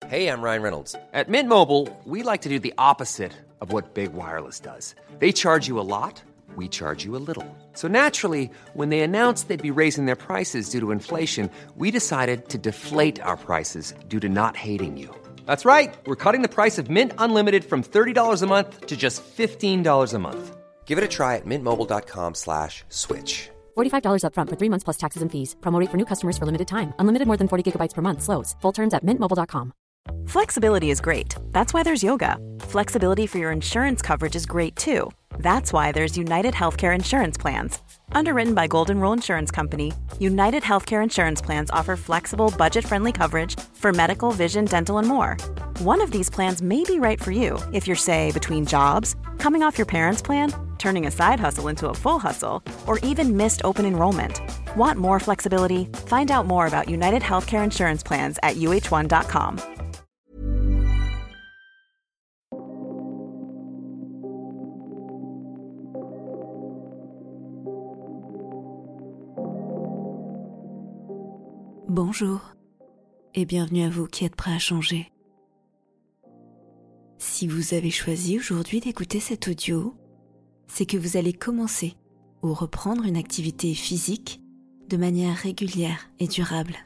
Hey, I'm Ryan Reynolds. At Mint Mobile, we like to do the opposite of what Big Wireless does. They charge you a lot, we charge you a little. So naturally, when they announced they'd be raising their prices due to inflation, we decided to deflate our prices due to not hating you. That's right. We're cutting the price of Mint Unlimited from $30 a month to just $15 a month. Give it a try at mintmobile.com/switch. $45 up front for 3 months plus taxes and fees. Promo rate for new customers for limited time. Unlimited more than 40 gigabytes per month. Slows full terms at mintmobile.com. Flexibility is great. That's why there's yoga. Flexibility for your insurance coverage is great too. That's why there's United Healthcare Insurance Plans. Underwritten by Golden Rule Insurance Company, United Healthcare Insurance Plans offer flexible, budget-friendly coverage for medical, vision, dental, and more. One of these plans may be right for you if you're, say, between jobs, coming off your parents' plan, turning a side hustle into a full hustle, or even missed open enrollment. Want more flexibility? Find out more about United Healthcare Insurance Plans at uh1.com. Bonjour et bienvenue à vous qui êtes prêts à changer. Si vous avez choisi aujourd'hui d'écouter cet audio, c'est que vous allez commencer ou reprendre une activité physique de manière régulière et durable.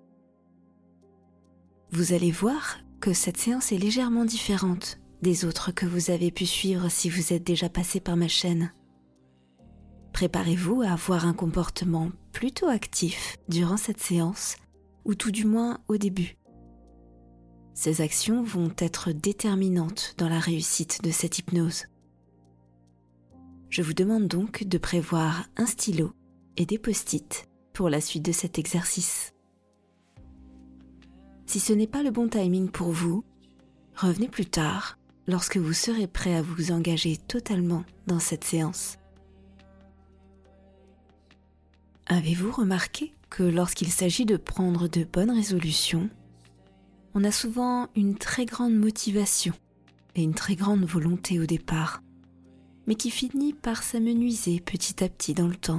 Vous allez voir que cette séance est légèrement différente des autres que vous avez pu suivre si vous êtes déjà passé par ma chaîne. Préparez-vous à avoir un comportement plutôt actif durant cette séance, ou tout du moins au début. Ces actions vont être déterminantes dans la réussite de cette hypnose. Je vous demande donc de prévoir un stylo et des post-it pour la suite de cet exercice. Si ce n'est pas le bon timing pour vous, revenez plus tard lorsque vous serez prêt à vous engager totalement dans cette séance. Avez-vous remarqué que lorsqu'il s'agit de prendre de bonnes résolutions, on a souvent une très grande motivation et une très grande volonté au départ, mais qui finit par s'amenuiser petit à petit dans le temps.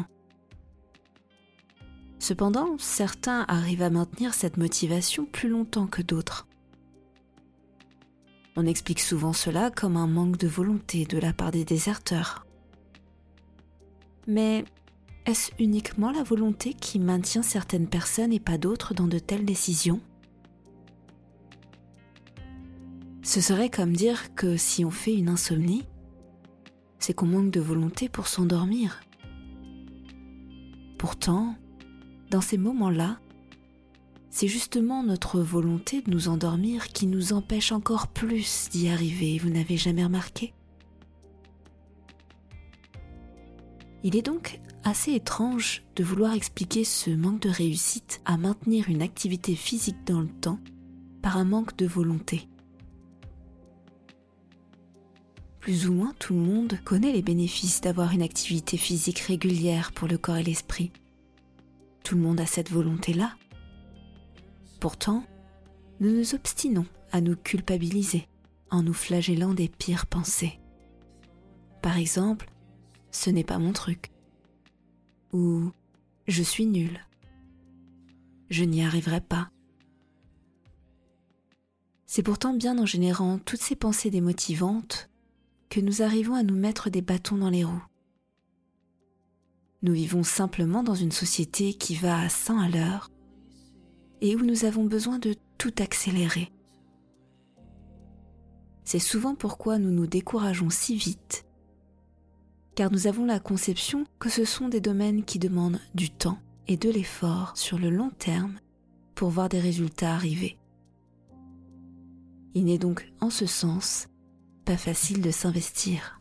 Cependant, certains arrivent à maintenir cette motivation plus longtemps que d'autres. On explique souvent cela comme un manque de volonté de la part des déserteurs. Mais est-ce uniquement la volonté qui maintient certaines personnes et pas d'autres dans de telles décisions ? Ce serait comme dire que si on fait une insomnie, c'est qu'on manque de volonté pour s'endormir. Pourtant, dans ces moments-là, c'est justement notre volonté de nous endormir qui nous empêche encore plus d'y arriver, vous n'avez jamais remarqué ? Il est donc assez étrange de vouloir expliquer ce manque de réussite à maintenir une activité physique dans le temps par un manque de volonté. Plus ou moins tout le monde connaît les bénéfices d'avoir une activité physique régulière pour le corps et l'esprit. Tout le monde a cette volonté-là. Pourtant, nous nous obstinons à nous culpabiliser en nous flagellant des pires pensées. Par exemple, ce n'est pas mon truc. Ou je suis nul. Je n'y arriverai pas. C'est pourtant bien en générant toutes ces pensées démotivantes que nous arrivons à nous mettre des bâtons dans les roues. Nous vivons simplement dans une société qui va à 100 à l'heure et où nous avons besoin de tout accélérer. C'est souvent pourquoi nous nous décourageons si vite, car nous avons la conception que ce sont des domaines qui demandent du temps et de l'effort sur le long terme pour voir des résultats arriver. Il n'est donc, en ce sens, pas facile de s'investir.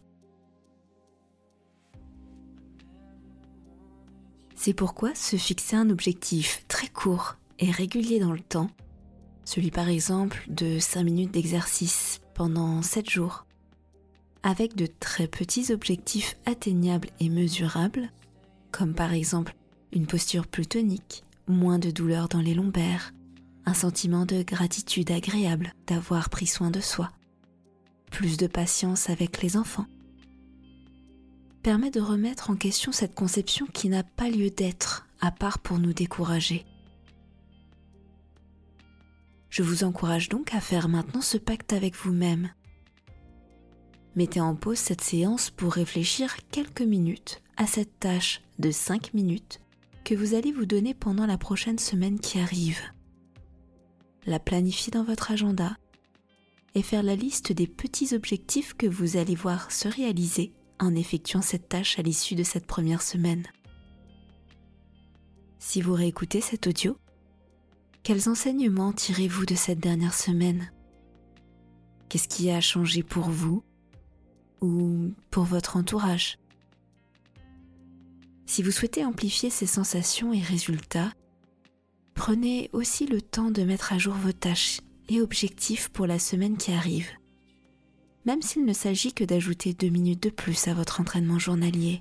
C'est pourquoi se fixer un objectif très court et régulier dans le temps, celui par exemple de 5 minutes d'exercice pendant 7 jours, avec de très petits objectifs atteignables et mesurables, comme par exemple une posture plus tonique, moins de douleur dans les lombaires, un sentiment de gratitude agréable d'avoir pris soin de soi, plus de patience avec les enfants, permet de remettre en question cette conception qui n'a pas lieu d'être, à part pour nous décourager. Je vous encourage donc à faire maintenant ce pacte avec vous-même. Mettez en pause cette séance pour réfléchir quelques minutes à cette tâche de 5 minutes que vous allez vous donner pendant la prochaine semaine qui arrive. La planifier dans votre agenda et faire la liste des petits objectifs que vous allez voir se réaliser en effectuant cette tâche à l'issue de cette première semaine. Si vous réécoutez cet audio, quels enseignements tirez-vous de cette dernière semaine ? Qu'est-ce qui a changé pour vous ou pour votre entourage ? Si vous souhaitez amplifier ces sensations et résultats, prenez aussi le temps de mettre à jour vos tâches et objectifs pour la semaine qui arrive, même s'il ne s'agit que d'ajouter 2 minutes de plus à votre entraînement journalier.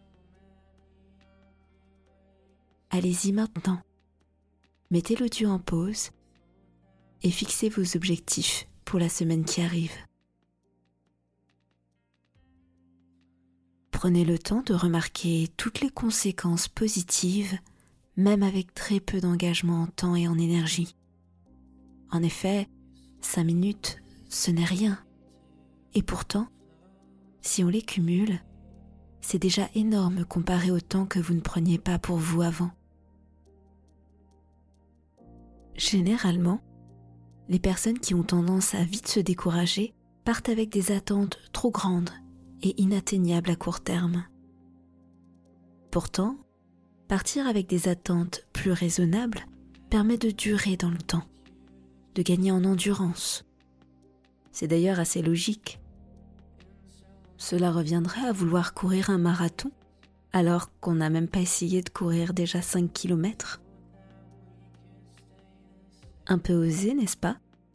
Allez-y maintenant. Mettez l'audio en pause et fixez vos objectifs pour la semaine qui arrive. Prenez le temps de remarquer toutes les conséquences positives, même avec très peu d'engagement en temps et en énergie. En effet, 5 minutes, ce n'est rien. Et pourtant, si on les cumule, c'est déjà énorme comparé au temps que vous ne preniez pas pour vous avant. Généralement, les personnes qui ont tendance à vite se décourager partent avec des attentes trop grandes et inatteignables à court terme. Pourtant, partir avec des attentes plus raisonnables permet de durer dans le temps, de gagner en endurance. C'est d'ailleurs assez logique. Cela reviendrait à vouloir courir un marathon alors qu'on n'a même pas essayé de courir déjà 5 km. Un peu osé, n'est-ce pas ?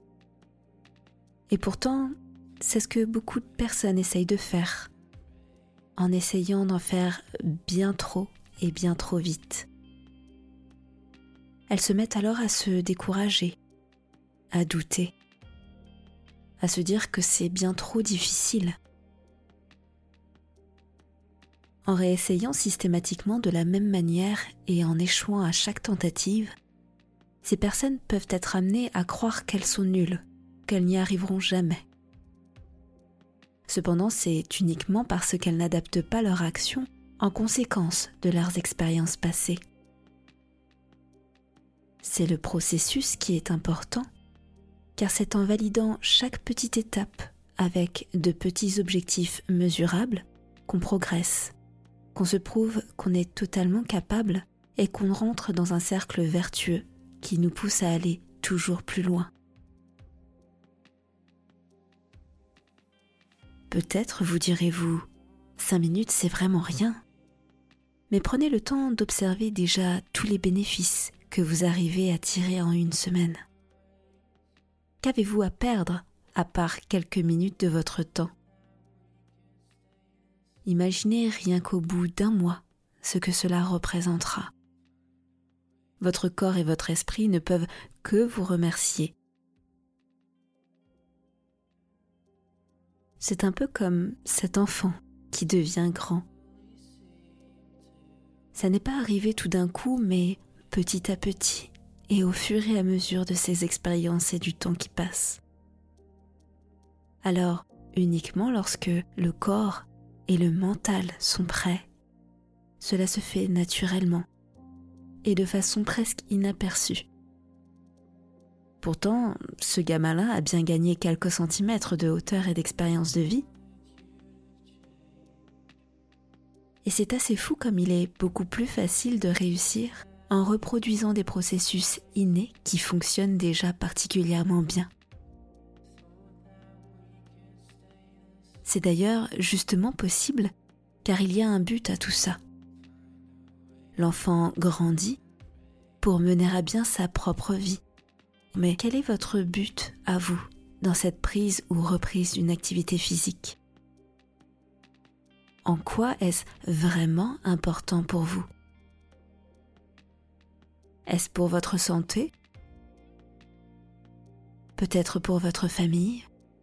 Et pourtant, c'est ce que beaucoup de personnes essayent de faire, en essayant d'en faire bien trop et bien trop vite. Elles se mettent alors à se décourager, à douter, à se dire que c'est bien trop difficile. En réessayant systématiquement de la même manière et en échouant à chaque tentative, ces personnes peuvent être amenées à croire qu'elles sont nulles, qu'elles n'y arriveront jamais. Cependant, c'est uniquement parce qu'elles n'adaptent pas leur action en conséquence de leurs expériences passées. C'est le processus qui est important, car c'est en validant chaque petite étape avec de petits objectifs mesurables qu'on progresse, qu'on se prouve qu'on est totalement capable et qu'on rentre dans un cercle vertueux qui nous pousse à aller toujours plus loin. Peut-être vous direz-vous, 5 minutes c'est vraiment rien. Mais prenez le temps d'observer déjà tous les bénéfices que vous arrivez à tirer en une semaine. Qu'avez-vous à perdre à part quelques minutes de votre temps ? Imaginez rien qu'au bout d'un mois ce que cela représentera. Votre corps et votre esprit ne peuvent que vous remercier. C'est un peu comme cet enfant qui devient grand. Ça n'est pas arrivé tout d'un coup, mais petit à petit, et au fur et à mesure de ses expériences et du temps qui passe. Alors, uniquement lorsque le corps et le mental sont prêts, cela se fait naturellement et de façon presque inaperçue. Pourtant, ce gamin-là a bien gagné quelques centimètres de hauteur et d'expérience de vie. Et c'est assez fou comme il est beaucoup plus facile de réussir en reproduisant des processus innés qui fonctionnent déjà particulièrement bien. C'est d'ailleurs justement possible car il y a un but à tout ça. L'enfant grandit pour mener à bien sa propre vie. Mais quel est votre but à vous dans cette prise ou reprise d'une activité physique ? En quoi est-ce vraiment important pour vous ? Est-ce pour votre santé ? Peut-être pour votre famille ?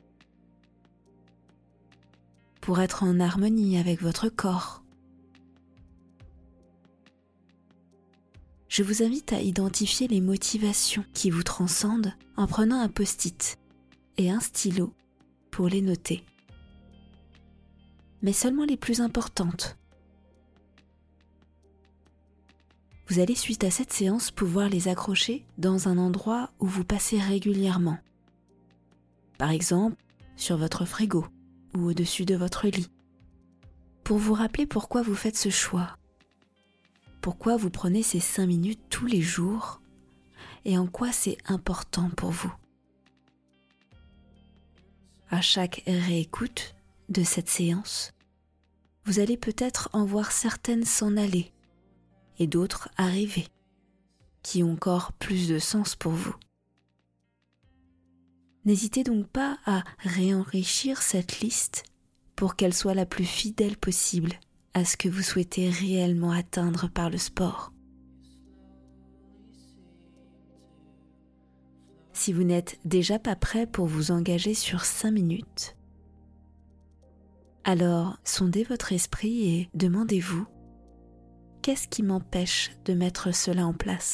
Pour être en harmonie avec votre corps ? je vous invite à identifier les motivations qui vous transcendent en prenant un post-it et un stylo pour les noter. Mais seulement les plus importantes. Vous allez suite à cette séance pouvoir les accrocher dans un endroit où vous passez régulièrement. Par exemple, sur votre frigo ou au-dessus de votre lit. Pour vous rappeler pourquoi vous faites ce choix. Pourquoi vous prenez ces 5 minutes tous les jours et en quoi c'est important pour vous. À chaque réécoute de cette séance, vous allez peut-être en voir certaines s'en aller et d'autres arriver, qui ont encore plus de sens pour vous. N'hésitez donc pas à réenrichir cette liste pour qu'elle soit la plus fidèle possible à ce que vous souhaitez réellement atteindre par le sport. Si vous n'êtes déjà pas prêt pour vous engager sur 5 minutes, alors sondez votre esprit et demandez-vous: qu'est-ce qui m'empêche de mettre cela en place ?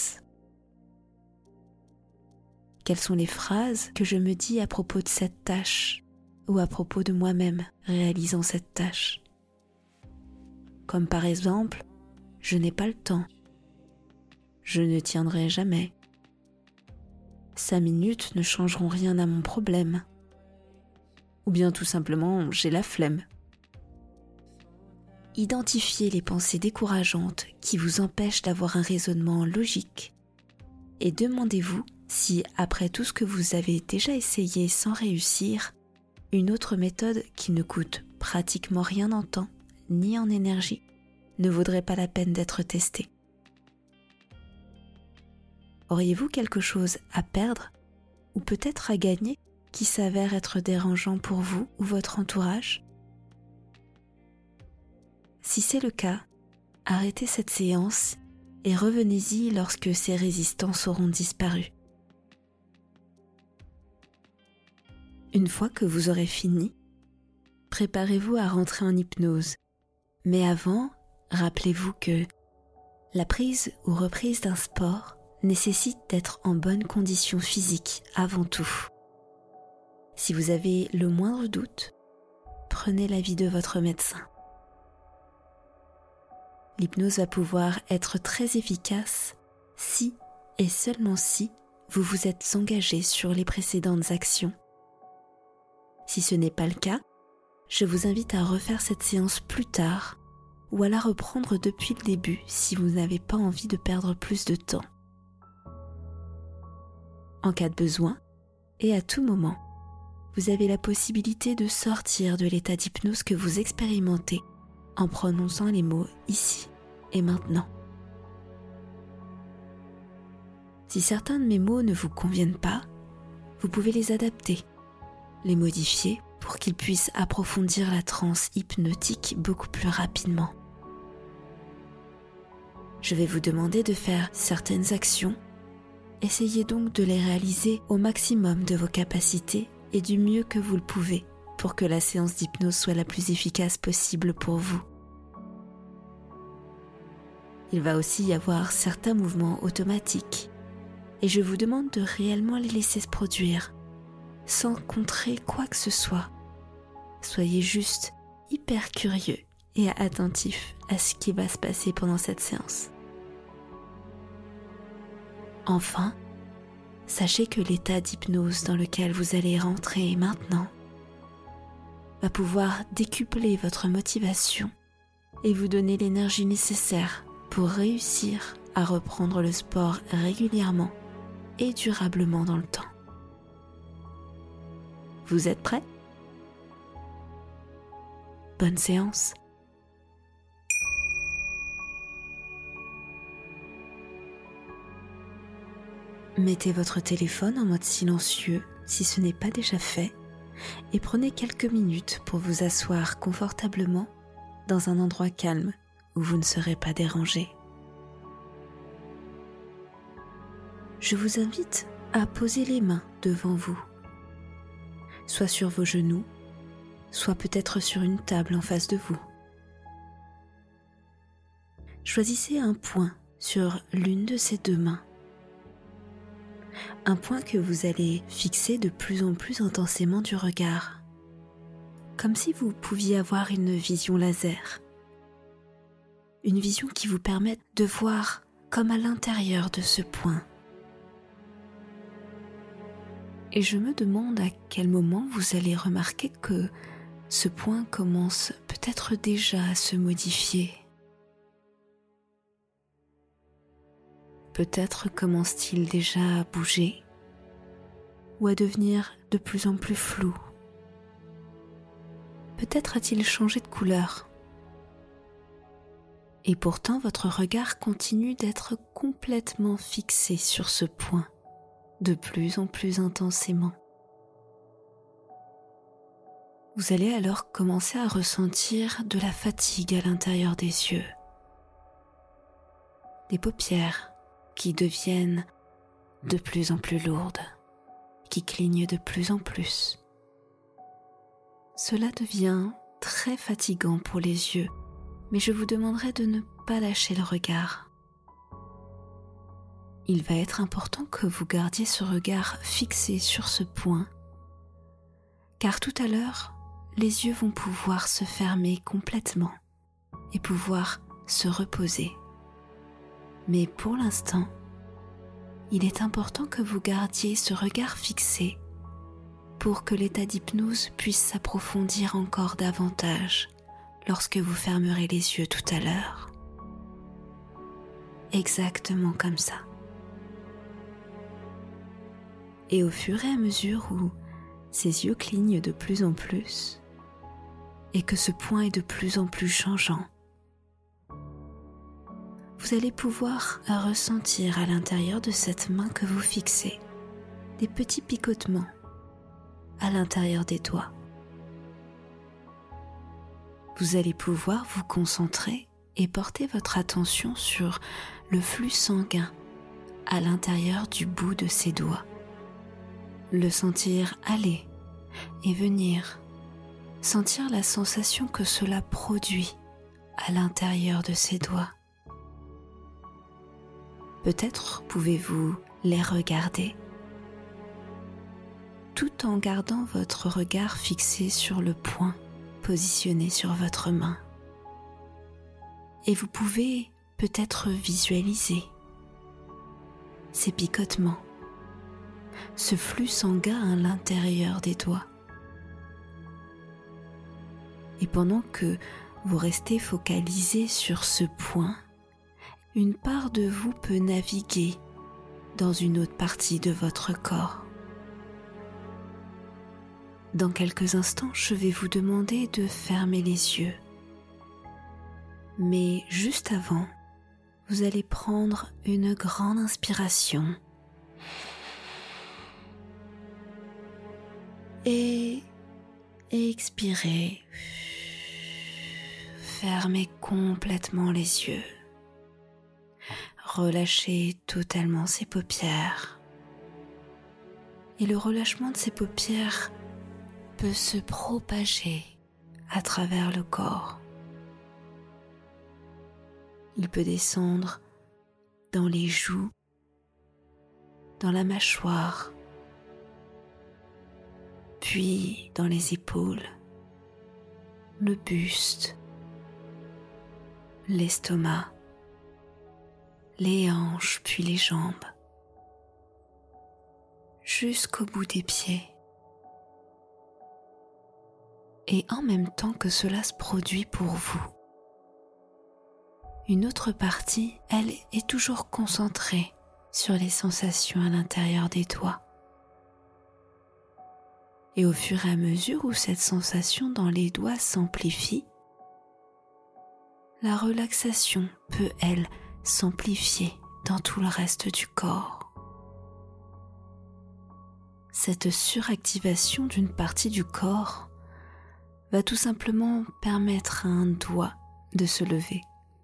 Quelles sont les phrases que je me dis à propos de cette tâche ou à propos de moi-même réalisant cette tâche ? Comme par exemple, je n'ai pas le temps, je ne tiendrai jamais, 5 minutes ne changeront rien à mon problème, ou bien tout simplement j'ai la flemme. Identifiez les pensées décourageantes qui vous empêchent d'avoir un raisonnement logique et demandez-vous si, après tout ce que vous avez déjà essayé sans réussir, une autre méthode qui ne coûte pratiquement rien en temps ni en énergie ne vaudrait pas la peine d'être testée. Auriez-vous quelque chose à perdre ou peut-être à gagner qui s'avère être dérangeant pour vous ou votre entourage ? Si c'est le cas, arrêtez cette séance et revenez-y lorsque ces résistances auront disparu. Une fois que vous aurez fini, préparez-vous à rentrer en hypnose. Mais avant, rappelez-vous que la prise ou reprise d'un sport nécessite d'être en bonne condition physique avant tout. Si vous avez le moindre doute, prenez l'avis de votre médecin. L'hypnose va pouvoir être très efficace si et seulement si vous vous êtes engagé sur les précédentes actions. Si ce n'est pas le cas, je vous invite à refaire cette séance plus tard ou à la reprendre depuis le début si vous n'avez pas envie de perdre plus de temps. En cas de besoin, et à tout moment, vous avez la possibilité de sortir de l'état d'hypnose que vous expérimentez en prononçant les mots ici et maintenant. Si certains de mes mots ne vous conviennent pas, vous pouvez les adapter, les modifier pour qu'ils puissent approfondir la transe hypnotique beaucoup plus rapidement. Je vais vous demander de faire certaines actions. Essayez donc de les réaliser au maximum de vos capacités et du mieux que vous le pouvez pour que la séance d'hypnose soit la plus efficace possible pour vous. Il va aussi y avoir certains mouvements automatiques et je vous demande de réellement les laisser se produire sans contrer quoi que ce soit. Soyez juste hyper curieux et attentif à ce qui va se passer pendant cette séance. Enfin, sachez que l'état d'hypnose dans lequel vous allez rentrer maintenant va pouvoir décupler votre motivation et vous donner l'énergie nécessaire pour réussir à reprendre le sport régulièrement et durablement dans le temps. Vous êtes prêts ? Bonne séance. Mettez votre téléphone en mode silencieux si ce n'est pas déjà fait et prenez quelques minutes pour vous asseoir confortablement dans un endroit calme où vous ne serez pas dérangé. Je vous invite à poser les mains devant vous, soit sur vos genoux, soit peut-être sur une table en face de vous. Choisissez un point sur l'une de ces deux mains. Un point que vous allez fixer de plus en plus intensément du regard, comme si vous pouviez avoir une vision laser. Une vision qui vous permette de voir comme à l'intérieur de ce point. Et je me demande à quel moment vous allez remarquer que ce point commence peut-être déjà à se modifier. Peut-être commence-t-il déjà à bouger ou à devenir de plus en plus flou. Peut-être a-t-il changé de couleur. Et pourtant, votre regard continue d'être complètement fixé sur ce point, de plus en plus intensément. Vous allez alors commencer à ressentir de la fatigue à l'intérieur des yeux, des paupières qui deviennent de plus en plus lourdes, qui clignent de plus en plus. Cela devient très fatigant pour les yeux, mais je vous demanderai de ne pas lâcher le regard. Il va être important que vous gardiez ce regard fixé sur ce point, car tout à l'heure, les yeux vont pouvoir se fermer complètement et pouvoir se reposer. Mais pour l'instant, il est important que vous gardiez ce regard fixé pour que l'état d'hypnose puisse s'approfondir encore davantage lorsque vous fermerez les yeux tout à l'heure. Exactement comme ça. Et au fur et à mesure où ces yeux clignent de plus en plus et que ce point est de plus en plus changeant, vous allez pouvoir ressentir à l'intérieur de cette main que vous fixez des petits picotements à l'intérieur des doigts. Vous allez pouvoir vous concentrer et porter votre attention sur le flux sanguin à l'intérieur du bout de ces doigts. Le sentir aller et venir, sentir la sensation que cela produit à l'intérieur de ces doigts. Peut-être pouvez-vous les regarder, tout en gardant votre regard fixé sur le point positionné sur votre main. Et vous pouvez peut-être visualiser ces picotements, ce flux sanguin à l'intérieur des doigts. Et pendant que vous restez focalisé sur ce point, une part de vous peut naviguer dans une autre partie de votre corps. Dans quelques instants, je vais vous demander de fermer les yeux. Mais juste avant, vous allez prendre une grande inspiration et expirer. Fermez complètement les yeux. Relâchez totalement ses paupières. Et le relâchement de ces paupières peut se propager à travers le corps. Il peut descendre dans les joues, dans la mâchoire, puis dans les épaules, le buste, l'estomac, les hanches puis les jambes, jusqu'au bout des pieds. Et en même temps que cela se produit pour vous, une autre partie, elle, est toujours concentrée sur les sensations à l'intérieur des doigts. Et au fur et à mesure où cette sensation dans les doigts s'amplifie, la relaxation peut, elle, s'amplifier dans tout le reste du corps. Cette suractivation d'une partie du corps va tout simplement permettre à un doigt de se lever.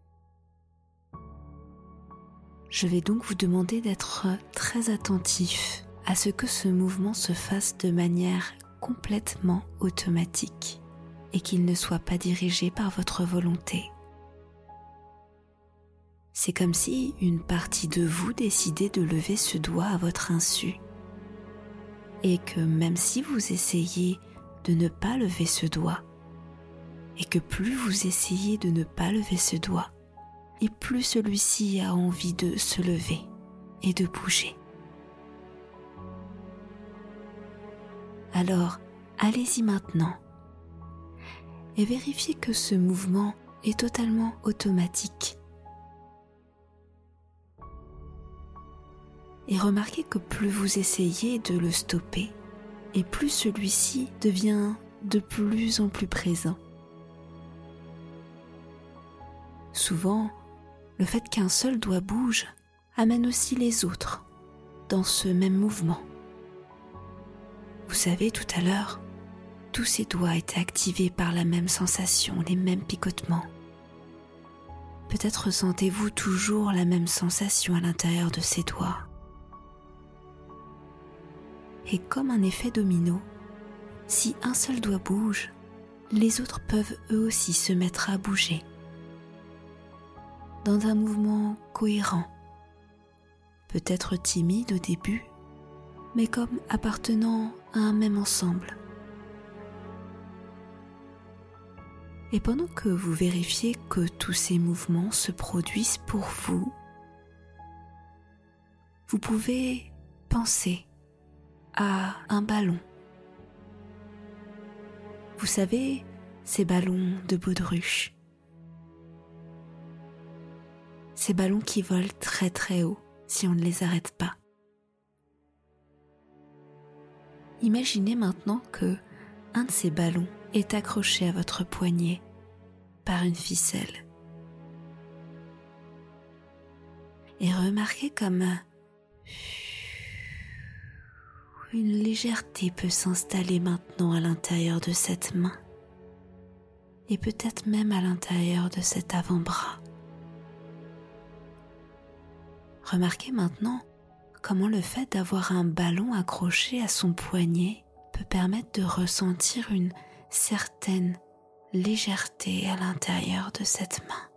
Je vais donc vous demander d'être très attentif à ce que ce mouvement se fasse de manière complètement automatique et qu'il ne soit pas dirigé par votre volonté. C'est comme si une partie de vous décidait de lever ce doigt à votre insu. Et que même si vous essayez de ne pas lever ce doigt, et que plus vous essayez de ne pas lever ce doigt, et plus celui-ci a envie de se lever et de bouger. Alors, allez-y maintenant et vérifiez que ce mouvement est totalement automatique. Et remarquez que plus vous essayez de le stopper, et plus celui-ci devient de plus en plus présent. Souvent, le fait qu'un seul doigt bouge amène aussi les autres dans ce même mouvement. Vous savez, tout à l'heure, tous ces doigts étaient activés par la même sensation, les mêmes picotements. Peut-être ressentez-vous toujours la même sensation à l'intérieur de ces doigts. Et comme un effet domino, si un seul doigt bouge, les autres peuvent eux aussi se mettre à bouger dans un mouvement cohérent, peut-être timide au début, mais comme appartenant à un même ensemble. Et pendant que vous vérifiez que tous ces mouvements se produisent pour vous, vous pouvez penser à un ballon. Vous savez, ces ballons de baudruche. Ces ballons qui volent très très haut si on ne les arrête pas. Imaginez maintenant que un de ces ballons est accroché à votre poignet par une ficelle. Et remarquez comme une légèreté peut s'installer maintenant à l'intérieur de cette main et peut-être même à l'intérieur de cet avant-bras. Remarquez maintenant comment le fait d'avoir un ballon accroché à son poignet peut permettre de ressentir une certaine légèreté à l'intérieur de cette main.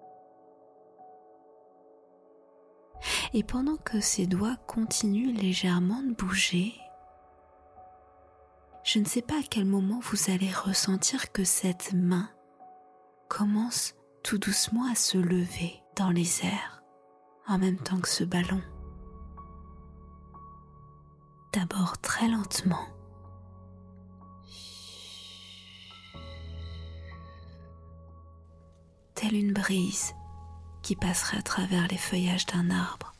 Et pendant que ses doigts continuent légèrement de bouger, je ne sais pas à quel moment vous allez ressentir que cette main commence tout doucement à se lever dans les airs en même temps que ce ballon. D'abord très lentement. Telle une brise qui passerait à travers les feuillages d'un arbre.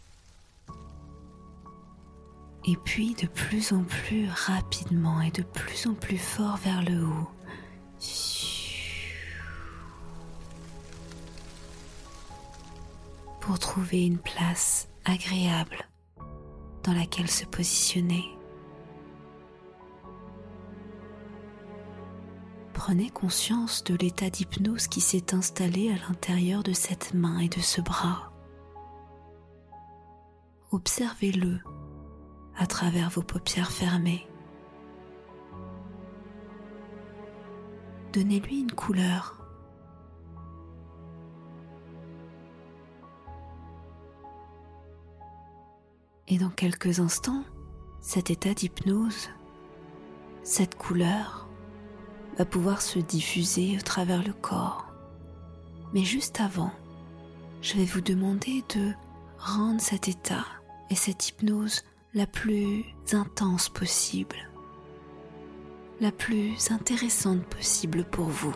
Et puis de plus en plus rapidement et de plus en plus fort vers le haut. Pour trouver une place agréable dans laquelle se positionner. Prenez conscience de l'état d'hypnose qui s'est installé à l'intérieur de cette main et de ce bras. Observez-le à travers vos paupières fermées. Donnez-lui une couleur. Et dans quelques instants, cet état d'hypnose, cette couleur, va pouvoir se diffuser au travers le corps. Mais juste avant, je vais vous demander de rendre cet état et cette hypnose la plus intense possible, la plus intéressante possible pour vous.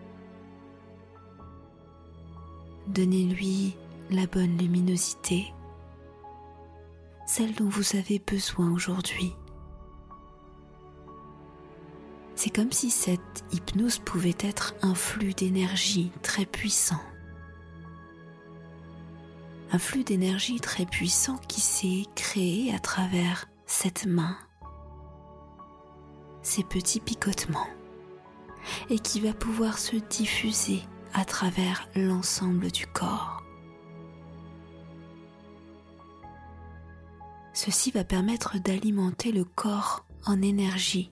Donnez-lui la bonne luminosité, celle dont vous avez besoin aujourd'hui. C'est comme si cette hypnose pouvait être un flux d'énergie très puissant. Un flux d'énergie très puissant qui s'est créé à travers cette main, ces petits picotements, et qui va pouvoir se diffuser à travers l'ensemble du corps. Ceci va permettre d'alimenter le corps en énergie,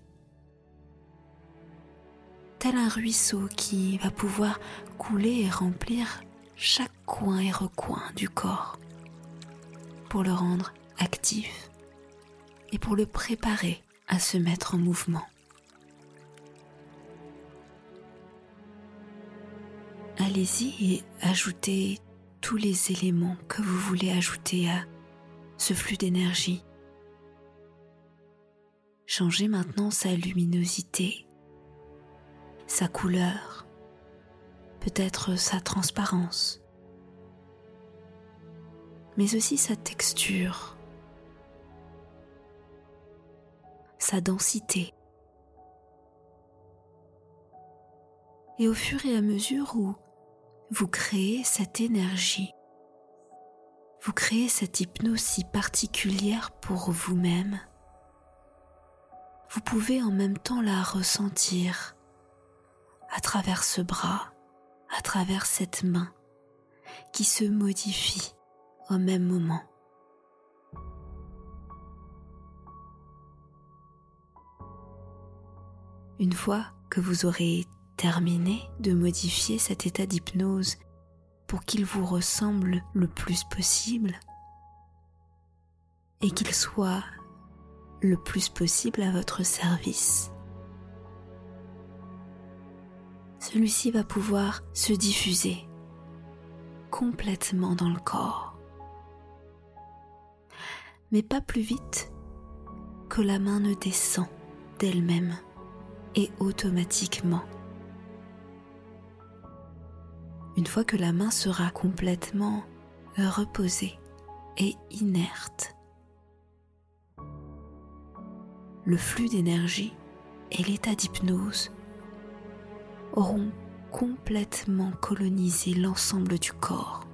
tel un ruisseau qui va pouvoir couler et remplir chaque coin et recoin du corps pour le rendre actif et pour le préparer à se mettre en mouvement. Allez-y et ajoutez tous les éléments que vous voulez ajouter à ce flux d'énergie. Changez maintenant sa luminosité, sa couleur, peut-être sa transparence, mais aussi sa texture, sa densité. Et au fur et à mesure où vous créez cette énergie, vous créez cette hypnose si particulière pour vous-même, vous pouvez en même temps la ressentir à travers ce bras, à travers cette main qui se modifie au même moment. Une fois que vous aurez terminé de modifier cet état d'hypnose pour qu'il vous ressemble le plus possible et qu'il soit le plus possible à votre service, celui-ci va pouvoir se diffuser complètement dans le corps, mais pas plus vite que la main ne descend d'elle-même et automatiquement. Une fois que la main sera complètement reposée et inerte, le flux d'énergie et l'état d'hypnose auront complètement colonisé l'ensemble du corps.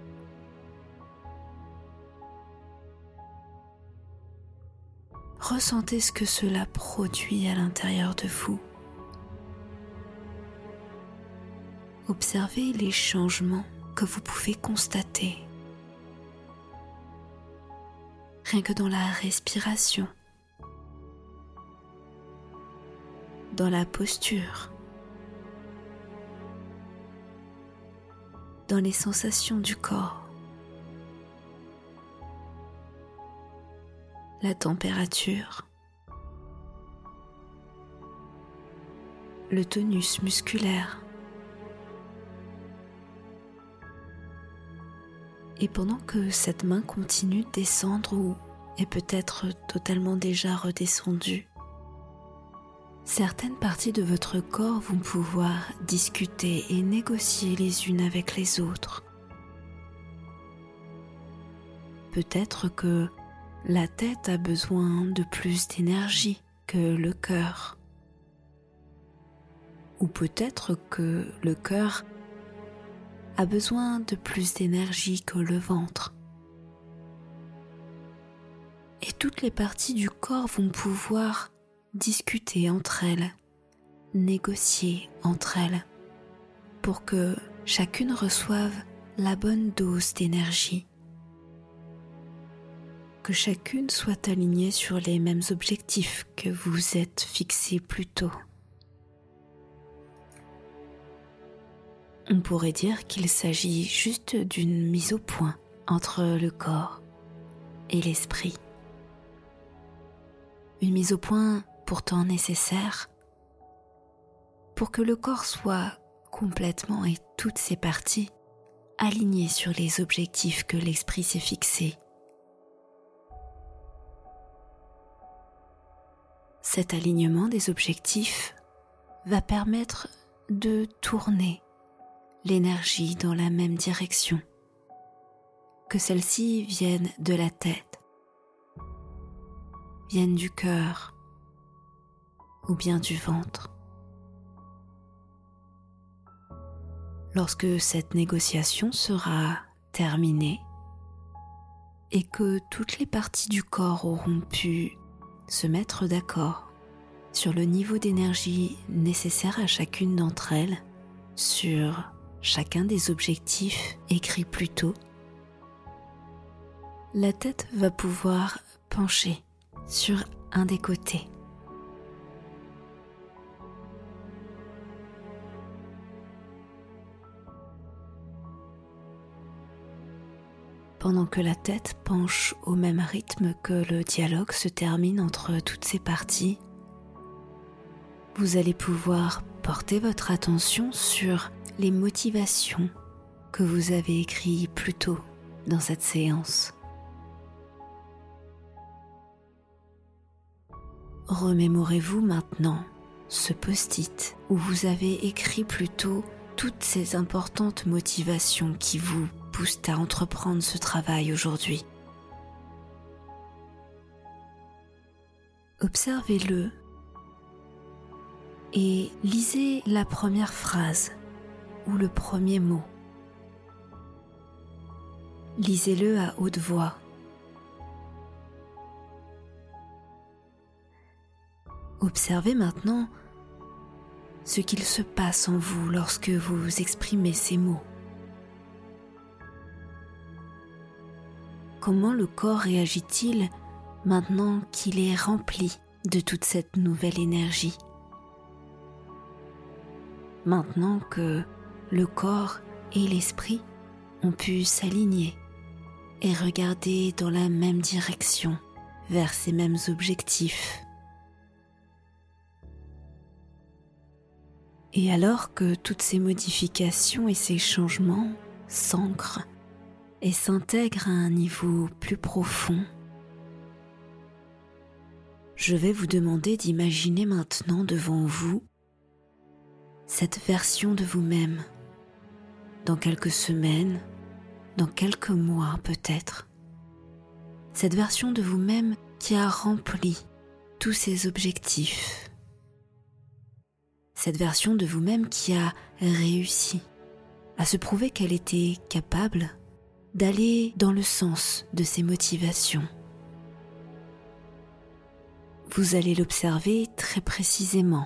Ressentez ce que cela produit à l'intérieur de vous. Observez les changements que vous pouvez constater. Rien que dans la respiration, dans la posture, dans les sensations du corps, la température, le tonus musculaire. Et pendant que cette main continue de descendre ou est peut-être totalement déjà redescendue, certaines parties de votre corps vont pouvoir discuter et négocier les unes avec les autres. Peut-être que la tête a besoin de plus d'énergie que le cœur. Ou peut-être que le cœur a besoin de plus d'énergie que le ventre. Et toutes les parties du corps vont pouvoir discuter entre elles, négocier entre elles, pour que chacune reçoive la bonne dose d'énergie, que chacune soit alignée sur les mêmes objectifs que vous êtes fixés plus tôt. On pourrait dire qu'il s'agit juste d'une mise au point entre le corps et l'esprit. Une mise au point pourtant nécessaire pour que le corps soit complètement et toutes ses parties alignées sur les objectifs que l'esprit s'est fixés. Cet alignement des objectifs va permettre de tourner l'énergie dans la même direction, que celle-ci vienne de la tête, vienne du cœur ou bien du ventre. Lorsque cette négociation sera terminée et que toutes les parties du corps auront pu se mettre d'accord sur le niveau d'énergie nécessaire à chacune d'entre elles, sur chacun des objectifs écrits plus tôt, la tête va pouvoir pencher sur un des côtés. pendant que la tête penche au même rythme que le dialogue se termine entre toutes ces parties, vous allez pouvoir porter votre attention sur les motivations que vous avez écrites plus tôt dans cette séance. Remémorez-vous maintenant ce post-it où vous avez écrit plus tôt toutes ces importantes motivations qui vous poussent à entreprendre ce travail aujourd'hui. Observez-le et lisez la première phrase ou le premier mot. Lisez-le à haute voix. Observez maintenant ce qu'il se passe en vous lorsque vous exprimez ces mots. Comment le corps réagit-il maintenant qu'il est rempli de toute cette nouvelle énergie ? Maintenant que le corps et l'esprit ont pu s'aligner et regarder dans la même direction, vers ces mêmes objectifs. Et alors que toutes ces modifications et ces changements s'ancrent et s'intègrent à un niveau plus profond, je vais vous demander d'imaginer maintenant devant vous cette version de vous-même, dans quelques semaines, dans quelques mois peut-être. Cette version de vous-même qui a rempli tous ces objectifs. Cette version de vous-même qui a réussi à se prouver qu'elle était capable d'aller dans le sens de ses motivations. Vous allez l'observer très précisément.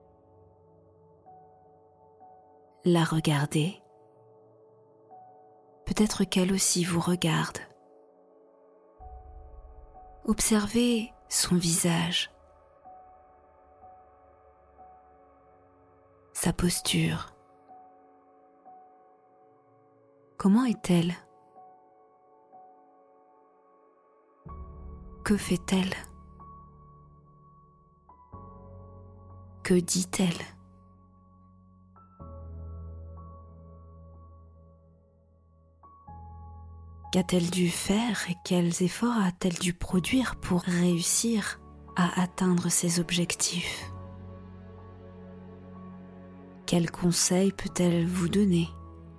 La regarder. Peut-être qu'elle aussi vous regarde. Observez son visage, sa posture. Comment est-elle ? Que fait-elle ? Que dit-elle ? Qu'a-t-elle dû faire et quels efforts a-t-elle dû produire pour réussir à atteindre ses objectifs ? Quels conseils peut-elle vous donner ?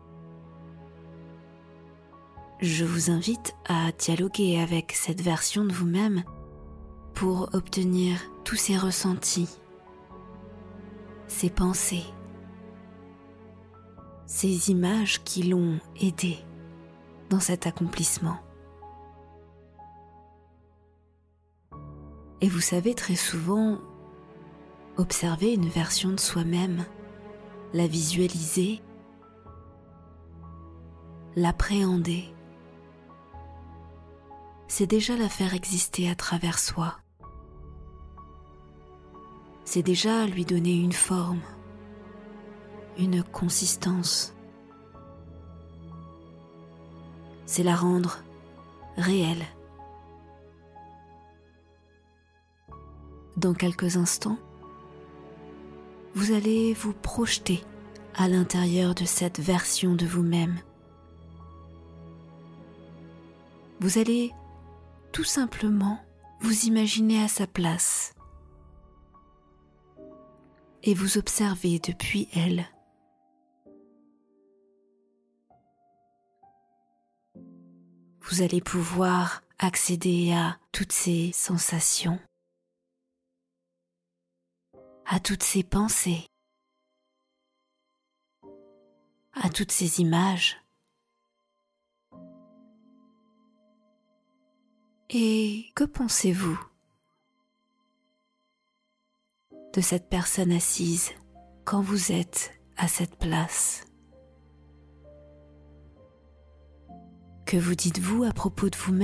Je vous invite à dialoguer avec cette version de vous-même pour obtenir tous ces ressentis, ces pensées, ces images qui l'ont aidé dans cet accomplissement. Et vous savez, très souvent, observer une version de soi-même, la visualiser, l'appréhender, c'est déjà la faire exister à travers soi. C'est déjà lui donner une forme, une consistance. C'est la rendre réelle. Dans quelques instants, vous allez vous projeter à l'intérieur de cette version de vous-même. Vous allez tout simplement vous imaginer à sa place et vous observer depuis elle. Vous allez pouvoir accéder à toutes ces sensations, à toutes ces pensées, à toutes ces images. Et que pensez-vous de cette personne assise quand vous êtes à cette place ? Que vous dites-vous à propos de vous-même ?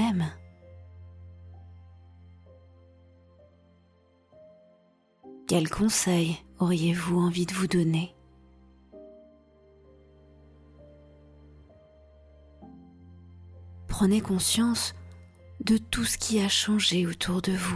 Quels conseils auriez-vous envie de vous donner ? Prenez conscience de tout ce qui a changé autour de vous.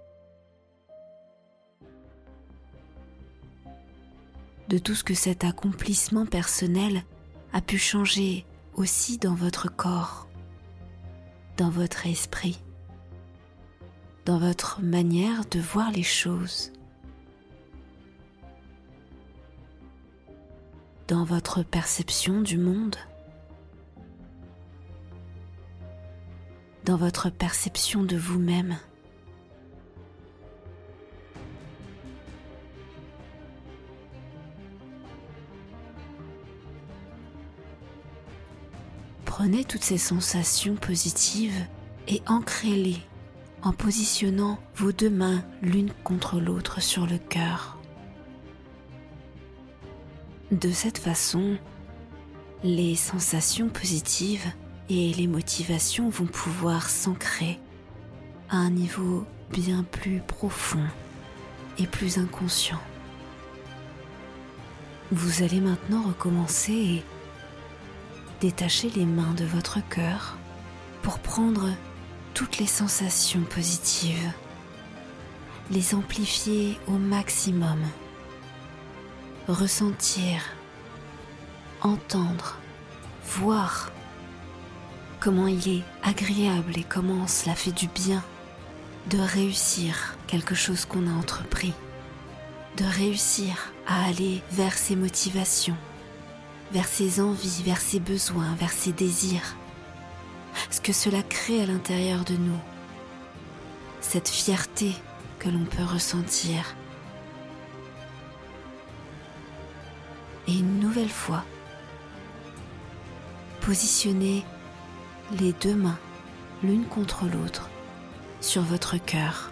De tout ce que cet accomplissement personnel a pu changer aussi dans votre corps, dans votre esprit, dans votre manière de voir les choses, dans votre perception du monde, dans votre perception de vous-même. Prenez toutes ces sensations positives et ancrez-les en positionnant vos deux mains l'une contre l'autre sur le cœur. De cette façon, les sensations positives et les motivations vont pouvoir s'ancrer à un niveau bien plus profond et plus inconscient. Vous allez maintenant recommencer et détacher les mains de votre cœur pour prendre toutes les sensations positives, les amplifier au maximum, ressentir, entendre, voir comment il est agréable et comment cela fait du bien de réussir quelque chose qu'on a entrepris, de réussir à aller vers ses motivations, vers ses envies, vers ses besoins, vers ses désirs. Ce que cela crée à l'intérieur de nous, cette fierté que l'on peut ressentir. Et une nouvelle fois, positionnez les deux mains l'une contre l'autre sur votre cœur.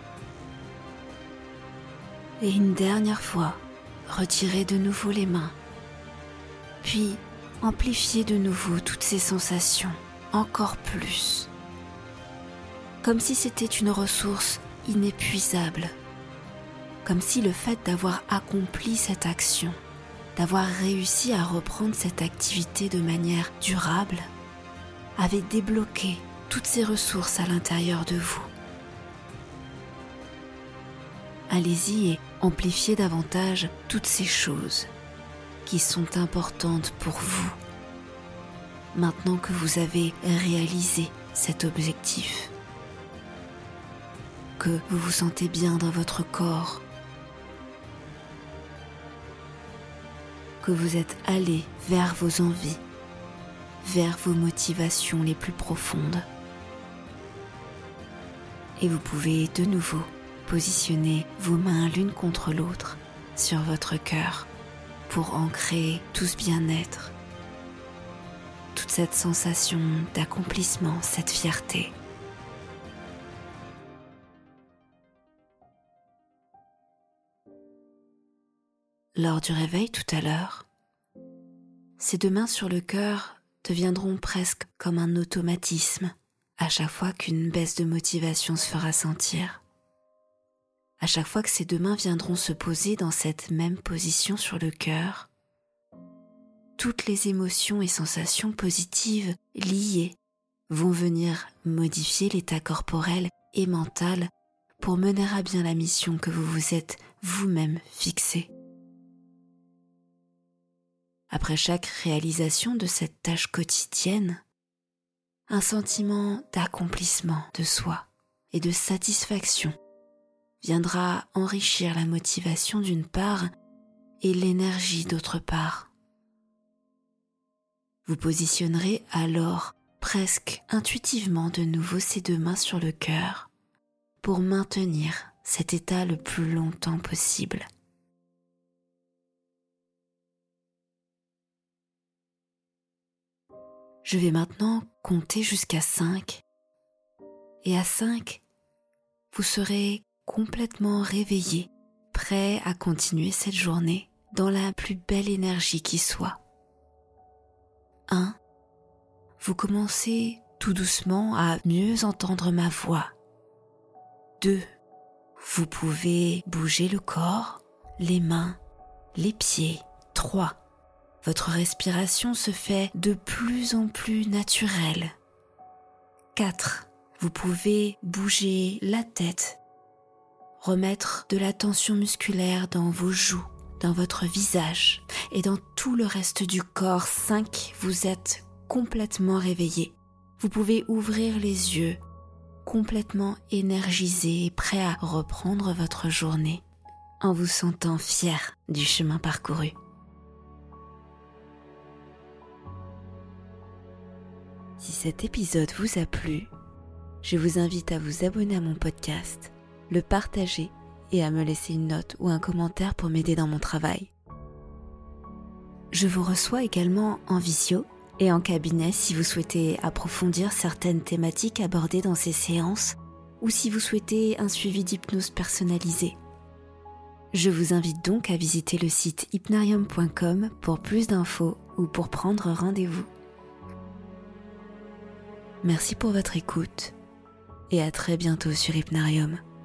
Et une dernière fois, retirez de nouveau les mains, puis amplifiez de nouveau toutes ces sensations, encore plus, comme si c'était une ressource inépuisable, comme si le fait d'avoir accompli cette action, d'avoir réussi à reprendre cette activité de manière durable, avait débloqué toutes ces ressources à l'intérieur de vous. Allez-y et amplifiez davantage toutes ces choses qui sont importantes pour vous, maintenant que vous avez réalisé cet objectif, que vous vous sentez bien dans votre corps, que vous êtes allé vers vos envies, vers vos motivations les plus profondes. Et vous pouvez de nouveau positionner vos mains l'une contre l'autre sur votre cœur pour ancrer tout ce bien-être, toute cette sensation d'accomplissement, cette fierté. Lors du réveil tout à l'heure, ces deux mains sur le cœur deviendront presque comme un automatisme à chaque fois qu'une baisse de motivation se fera sentir. À chaque fois que ces deux mains viendront se poser dans cette même position sur le cœur, toutes les émotions et sensations positives liées vont venir modifier l'état corporel et mental pour mener à bien la mission que vous vous êtes vous-même fixée. Après chaque réalisation de cette tâche quotidienne, un sentiment d'accomplissement de soi et de satisfaction viendra enrichir la motivation d'une part et l'énergie d'autre part. Vous positionnerez alors presque intuitivement de nouveau ces deux mains sur le cœur pour maintenir cet état le plus longtemps possible. Je vais maintenant compter jusqu'à 5 et à 5, vous serez complètement réveillé, prêt à continuer cette journée dans la plus belle énergie qui soit. 1. Vous commencez tout doucement à mieux entendre ma voix. 2. Vous pouvez bouger le corps, les mains, les pieds. 3. Votre respiration se fait de plus en plus naturelle. 4. Vous pouvez bouger la tête, remettre de la tension musculaire dans vos joues, dans votre visage et dans tout le reste du corps. 5. Vous êtes complètement réveillé. Vous pouvez ouvrir les yeux, complètement énergisé et prêt à reprendre votre journée en vous sentant fier du chemin parcouru. Si cet épisode vous a plu, je vous invite à vous abonner à mon podcast, le partager et à me laisser une note ou un commentaire pour m'aider dans mon travail. Je vous reçois également en visio et en cabinet si vous souhaitez approfondir certaines thématiques abordées dans ces séances ou si vous souhaitez un suivi d'hypnose personnalisé. Je vous invite donc à visiter le site hypnarium.com pour plus d'infos ou pour prendre rendez-vous. Merci pour votre écoute et à très bientôt sur Hypnarium.